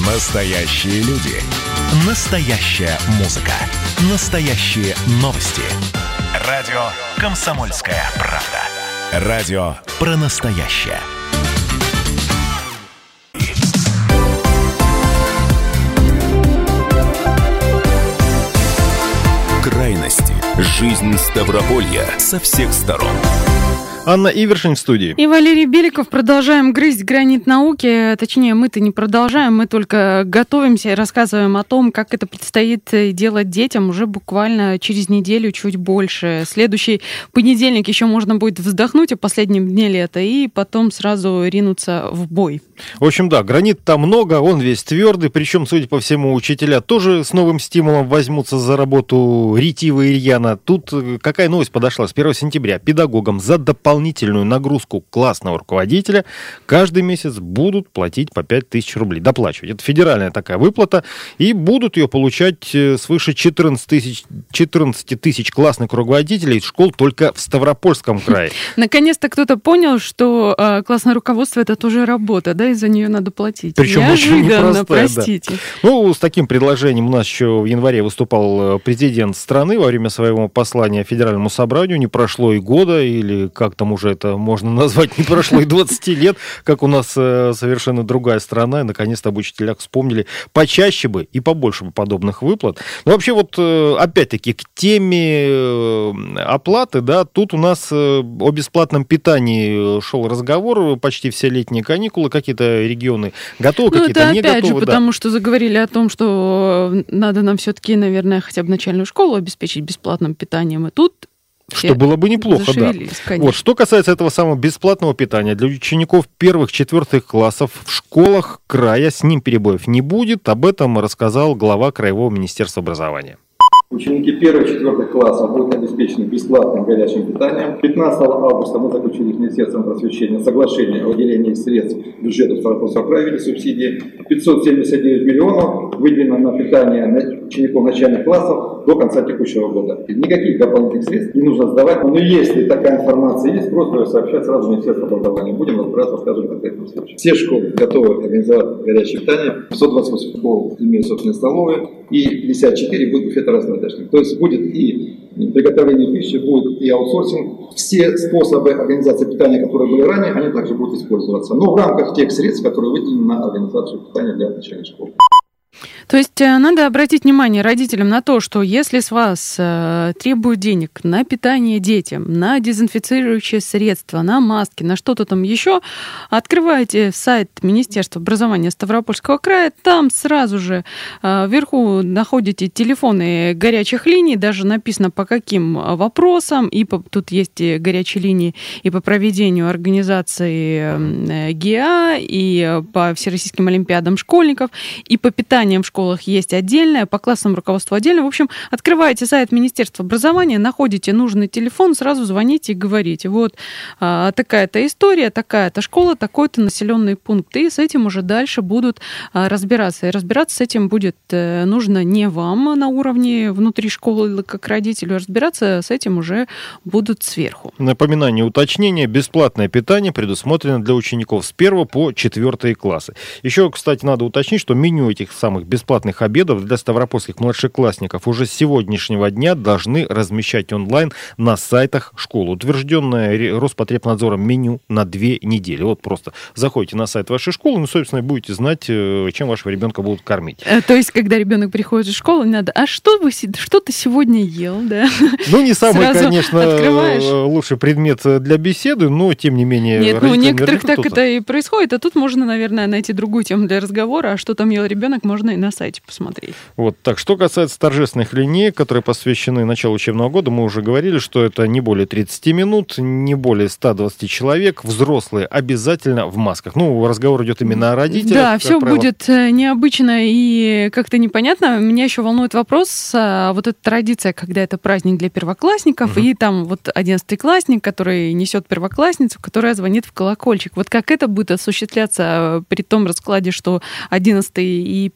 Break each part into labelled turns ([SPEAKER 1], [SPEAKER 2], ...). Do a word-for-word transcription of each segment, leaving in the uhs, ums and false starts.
[SPEAKER 1] Настоящие люди. Настоящая музыка. Настоящие новости. Радио «Комсомольская правда». Радио про настоящее. Крайности. Жизнь Ставрополья со всех сторон.
[SPEAKER 2] Анна Ивершин в студии.
[SPEAKER 3] И Валерий Беликов. Продолжаем грызть гранит науки. Точнее, мы-то не продолжаем, мы только готовимся и рассказываем о том, как это предстоит делать детям уже буквально через неделю, чуть больше. Следующий понедельник еще можно будет вздохнуть о последнем дне лета и потом сразу ринуться в бой.
[SPEAKER 2] В общем, да, гранит-то много, он весь твердый, причем, судя по всему, учителя тоже с новым стимулом возьмутся за работу ретиво и рьяно. Тут какая новость подошла? С первого сентября педагогам за дополнительную нагрузку классного руководителя каждый месяц будут платить по пять тысяч рублей. Доплачивать. Это федеральная такая выплата, и будут ее получать свыше четырнадцать тысяч, четырнадцать тысяч классных руководителей школ только в Ставропольском крае.
[SPEAKER 3] Наконец-то кто-то понял, что классное руководство — это тоже работа, да, и за нее надо платить.
[SPEAKER 2] Причем
[SPEAKER 3] неожиданно,
[SPEAKER 2] очень непростая,
[SPEAKER 3] простите.
[SPEAKER 2] Да. Ну, с таким предложением у нас еще в январе выступал президент страны во время своего послания Федеральному собранию. Не прошло и года, или как там уже это можно назвать, не прошло и двадцати лет, как у нас совершенно другая страна, и наконец-то об учителях вспомнили. Почаще бы и побольше бы подобных выплат. Но вообще вот, опять-таки, к теме оплаты, да, тут у нас о бесплатном питании шел разговор почти все летние каникулы, какие-то регионы готовы, ну, какие-то не готовы.
[SPEAKER 3] Опять же, да. Потому что заговорили о том, что надо нам все-таки, наверное, хотя бы начальную школу обеспечить бесплатным питанием, и тут
[SPEAKER 2] что было бы неплохо, да. Вот, что касается этого самого бесплатного питания для учеников первых-четвертых классов в школах края с ним перебоев не будет. Об этом рассказал глава Краевого министерства образования.
[SPEAKER 4] Ученики первых-четвертых классов будут обеспечены бесплатным горячим питанием. пятнадцатого августа мы заключили с Министерством просвещения соглашение о выделении средств бюджета Ставропольского края в виде субсидии. пятьсот семьдесят девять миллионов выделено на питание учеников начальных классов до конца текущего года. Никаких дополнительных средств не нужно сдавать. Но если такая информация есть, просто сообщать сразу в Министерство образования. Будем разбираться, скажем, в конкретном случае. Все школы готовы организовать горячее питание. сто двадцать восемь школ имеют собственные столовые. И пятьдесят четыре будет буфет разного. То есть будет и приготовление пищи, будет и аутсорсинг. Все способы организации питания, которые были ранее, они также будут использоваться. Но в рамках тех средств, которые выделены на организацию питания для начальной школы.
[SPEAKER 3] То есть надо обратить внимание родителям на то, что если с вас э, требуют денег на питание детям, на дезинфицирующие средства, на маски, на что-то там еще, открывайте сайт Министерства образования Ставропольского края, там сразу же э, вверху находите телефоны горячих линий, даже написано по каким вопросам, и по, тут есть и горячие линии и по проведению организации э, ГИА, и по всероссийским олимпиадам школьников, и по питанию в школах есть отдельное, по классному руководству отдельно. В общем, открываете сайт Министерства образования, находите нужный телефон, сразу звоните и говорите: вот а, такая-то история, такая-то школа, такой-то населенный пункт. И с этим уже дальше будут а, разбираться. И разбираться с этим будет а, нужно не вам на уровне внутри школы или как родителю, а разбираться с этим уже будут сверху.
[SPEAKER 2] Напоминание, уточнение: бесплатное питание предусмотрено для учеников с первого по четвертые классы. Еще, кстати, надо уточнить, что меню этих самых бесплатных обедов для ставропольских младшеклассников уже с сегодняшнего дня должны размещать онлайн на сайтах школ. Утвержденное Роспотребнадзором меню на две недели. Вот просто заходите на сайт вашей школы, ну, собственно, будете знать, чем вашего ребенка будут кормить.
[SPEAKER 3] То есть, когда ребенок приходит в школу, надо: а что вы, что ты сегодня ел, да?
[SPEAKER 2] Ну, не самый, конечно, открываешь. Лучший предмет для беседы, но, тем не менее...
[SPEAKER 3] Нет, ну, у некоторых так кто-то. Это и происходит, а тут можно, наверное, найти другую тему для разговора, а что там ел ребенок, можно и на сайте посмотреть.
[SPEAKER 2] Вот так. Что касается торжественных линеек, которые посвящены началу учебного года, мы уже говорили, что это не более тридцати минут, не более ста двадцати человек, взрослые обязательно в масках. Ну, разговор идет именно о родителях.
[SPEAKER 3] Да, все правило. Будет необычно и как-то непонятно. Меня еще волнует вопрос, вот эта традиция, когда это праздник для первоклассников, угу. и там вот одиннадцатиклассник, который несет первоклассницу, которая звонит в колокольчик. Вот как это будет осуществляться при том раскладе, что одиннадцатый и первый класс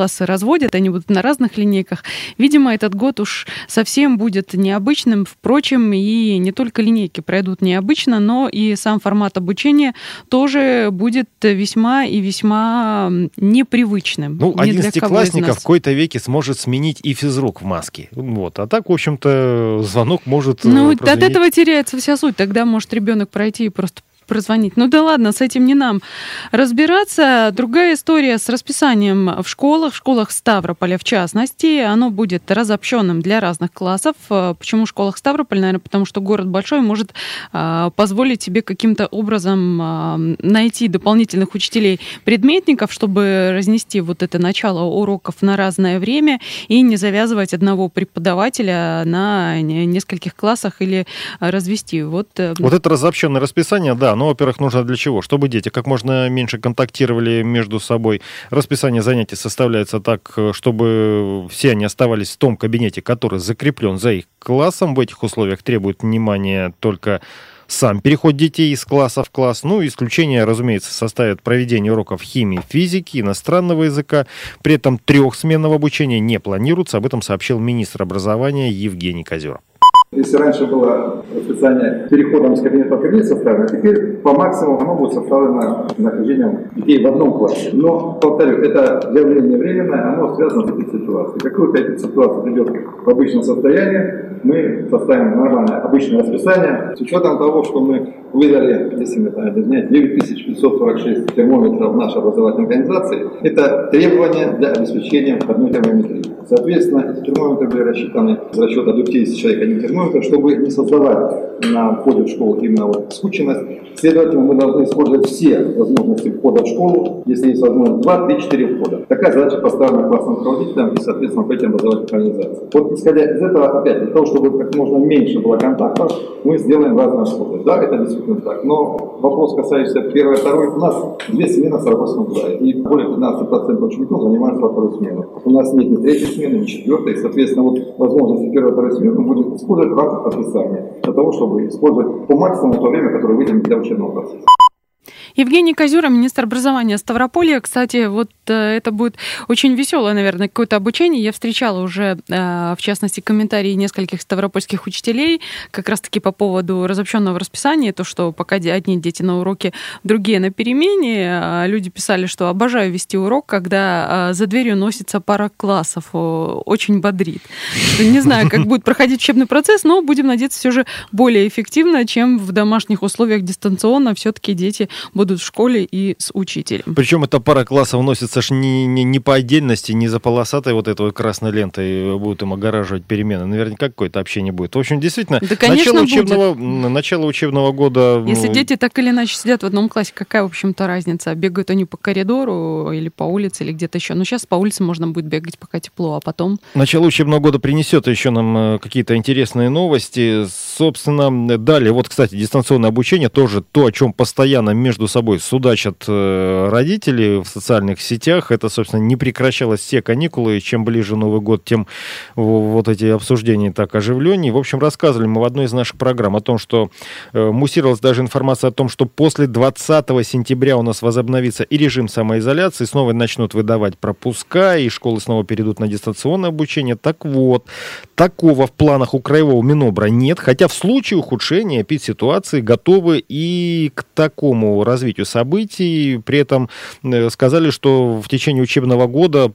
[SPEAKER 3] классы разводят, они будут на разных линейках. Видимо, этот год уж совсем будет необычным. Впрочем, и не только линейки пройдут необычно, но и сам формат обучения тоже будет весьма и весьма непривычным.
[SPEAKER 2] Ну, одиннадцатиклассников в какой-то веке сможет сменить и физрук в маске. Вот. А так, в общем-то, звонок может...
[SPEAKER 3] Ну,
[SPEAKER 2] прозвенеть.
[SPEAKER 3] От этого теряется вся суть. Тогда может ребенок пройти и просто прозвонить. Ну да ладно, с этим не нам разбираться. Другая история с расписанием в школах, в школах Ставрополя в частности. Оно будет разобщенным для разных классов. Почему в школах Ставрополя? Наверное, потому что город большой, может э, позволить себе каким-то образом э, найти дополнительных учителей-предметников, чтобы разнести вот это начало уроков на разное время и не завязывать одного преподавателя на нескольких классах или развести. Вот, э...
[SPEAKER 2] вот это разобщенное расписание, да, но, во-первых, нужно для чего? Чтобы дети как можно меньше контактировали между собой. Расписание занятий составляется так, чтобы все они оставались в том кабинете, который закреплен за их классом. В этих условиях требует внимания только сам переход детей из класса в класс. Ну, исключение, разумеется, составит проведение уроков химии, физики, иностранного языка. При этом трехсменного обучения не планируется. Об этом сообщил министр образования Евгений Козюров.
[SPEAKER 4] Если раньше было расписание переходом из кабинета в кабинет составлено, теперь по максимуму оно будет составлено нахождением детей в одном классе. Но, повторю, это явление временное, оно связано с этой ситуацией. Как только эта ситуация придет в обычное состояние, мы составим нормальное обычное расписание. С учетом того, что мы выдали, если мы это объяснять, девять тысяч пятьсот сорок шесть термометров нашей образовательной организации, это требования для обеспечения одной термометрии. Соответственно, эти термометры были рассчитаны с расчета до тысячи человек один термометр, чтобы не создавать на входе в школу именно вот скученность. Следовательно, мы должны использовать все возможности входа в школу, если есть возможность два, три, четыре входа. Такая задача поставлена классным руководителям и, соответственно, по этим образовательным организациям. Вот исходя из этого, опять, для того, чтобы как можно меньше было контактов, мы сделаем разные входы. Да, это действительно так. Но вопрос, касающийся первой и второй, у нас две смены в Саратовском крае. И более пятнадцать процентов учеников занимаются во второй смене. У нас нет ни третьей смены, ни четвертой. И, соответственно, вот возможности первой и второй смены мы будем использовать в рамках расписания, для того, чтобы использовать по максимуму то время, которое выделено для учебного процесса.
[SPEAKER 3] Евгений Козюров, министр образования Ставрополья. Кстати, вот э, это будет очень веселое, наверное, какое-то обучение. Я встречала уже, э, в частности, комментарии нескольких ставропольских учителей как раз-таки по поводу разобщенного расписания, то, что пока одни дети на уроке, другие на перемене. Э, люди писали, что обожаю вести урок, когда э, за дверью носится пара классов. О, очень бодрит. Не знаю, как будет проходить учебный процесс, но будем надеяться, все же более эффективно, чем в домашних условиях дистанционно. Все-таки дети будут будут в школе и с учителем.
[SPEAKER 2] Причем эта пара классов носится ж не, не, не по отдельности, не за полосатой вот этой вот красной лентой будут им огораживать перемены. Наверняка какое-то общение будет. В общем, действительно,
[SPEAKER 3] да, конечно,
[SPEAKER 2] начало, учебного, начало учебного года...
[SPEAKER 3] Если ну... дети так или иначе сидят в одном классе, какая, в общем-то, разница? Бегают они по коридору или по улице, или где-то еще. Ну, сейчас по улице можно будет бегать, пока тепло, а потом...
[SPEAKER 2] Начало учебного года принесет еще нам какие-то интересные новости. Собственно, далее, вот, кстати, дистанционное обучение, тоже то, о чем постоянно между собой судачат родители в социальных сетях. Это, собственно, не прекращалось все каникулы. Чем ближе Новый год, тем вот эти обсуждения так оживленнее. В общем, рассказывали мы в одной из наших программ о том, что муссировалась даже информация о том, что после двадцатого сентября у нас возобновится и режим самоизоляции, снова начнут выдавать пропуска, и школы снова перейдут на дистанционное обучение. Так вот, такого в планах у краевого Минобра нет, хотя в случае ухудшения эпидситуации готовы и к такому развитию событий. При этом сказали, что в течение учебного года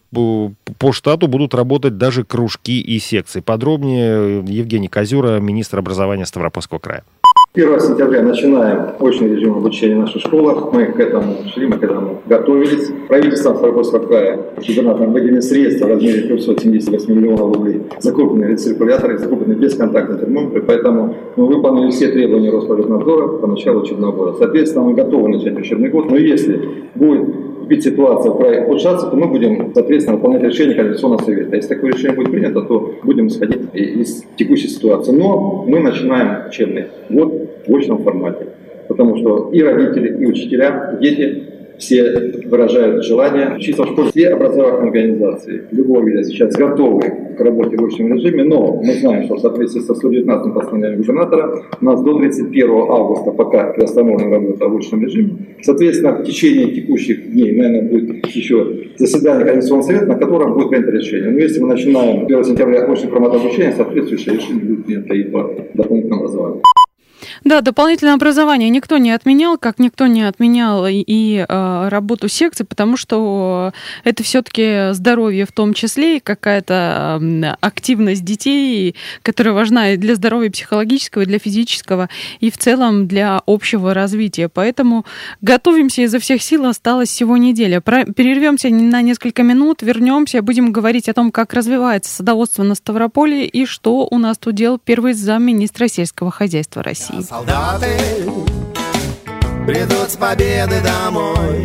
[SPEAKER 2] по штату будут работать даже кружки и секции. Подробнее Евгений Козюров, министр образования Ставропольского края.
[SPEAKER 4] первого сентября начинаем очный режим обучения в наших школах. Мы к этому шли, мы к этому готовились. Правительство Ставропольского края губернатором выделили средства в размере трехсот семидесяти восьми миллионов рублей, закупленные рециркуляторы, закупленные бесконтактные термометры, поэтому мы выполнили все требования Роспотребнадзора по началу учебного года. Соответственно, мы готовы начать учебный год, но если будет ситуация в крае улучшаться, то мы будем, соответственно, выполнять решение Координационного совета. Если такое решение будет принято, то будем исходить из текущей ситуации. Но мы начинаем учебный год в очном формате, потому что и родители, и учителя, и дети все выражают желание учиться в школе. Все образовательные организации любого вида сейчас готовы к работе в очном режиме, но мы знаем, что в соответствии со сто девятнадцатым постановлением губернатора у нас до тридцать первого августа пока приостановлена работа в очном режиме. Соответственно, в течение текущих дней, наверное, будет еще заседание Координационного совета, на котором будет принято решение. Но если мы начинаем первого сентября очный формат обучения, соответствующее решение будет принято и по дополнительному образованию.
[SPEAKER 3] Да, дополнительное образование никто не отменял, как никто не отменял и, и э, работу секций, потому что это все-таки здоровье в том числе, и какая-то э, активность детей, которая важна и для здоровья психологического, и для физического, и в целом для общего развития. Поэтому готовимся изо всех сил, осталась всего неделя. Про- перервемся на несколько минут, вернемся, будем говорить о том, как развивается садоводство на Ставрополье и что у нас тут делал первый замминистра сельского хозяйства России.
[SPEAKER 5] Солдаты придут с победы домой,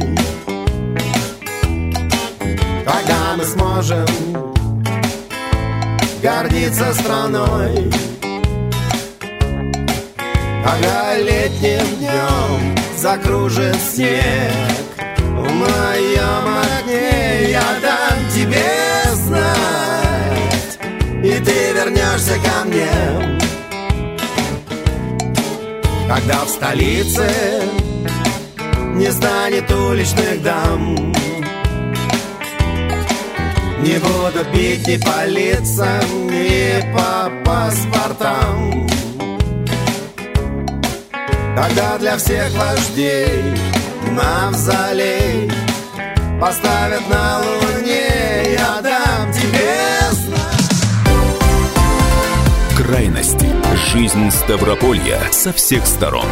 [SPEAKER 5] когда мы сможем гордиться страной, когда летним днем закружит снег. В моем окне я дам тебе знать, и ты вернешься ко мне. Когда в столице не станет уличных дам, не будут бить ни по лицам, ни по паспортам. Когда для всех вождей мавзолей поставят на луне, я дам тебе знать.
[SPEAKER 1] Крайности. Жизнь Ставрополья со всех сторон.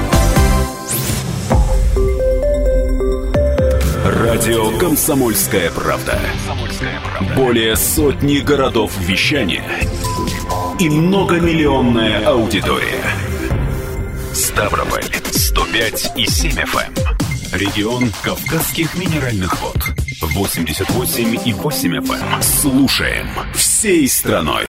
[SPEAKER 1] Радио «Комсомольская правда». Более сотни городов вещания и многомиллионная аудитория. Ставрополь сто пять и семь эф эм. Регион Кавказских минеральных вод восемьдесят восемь и восемь эф эм. Слушаем всей страной.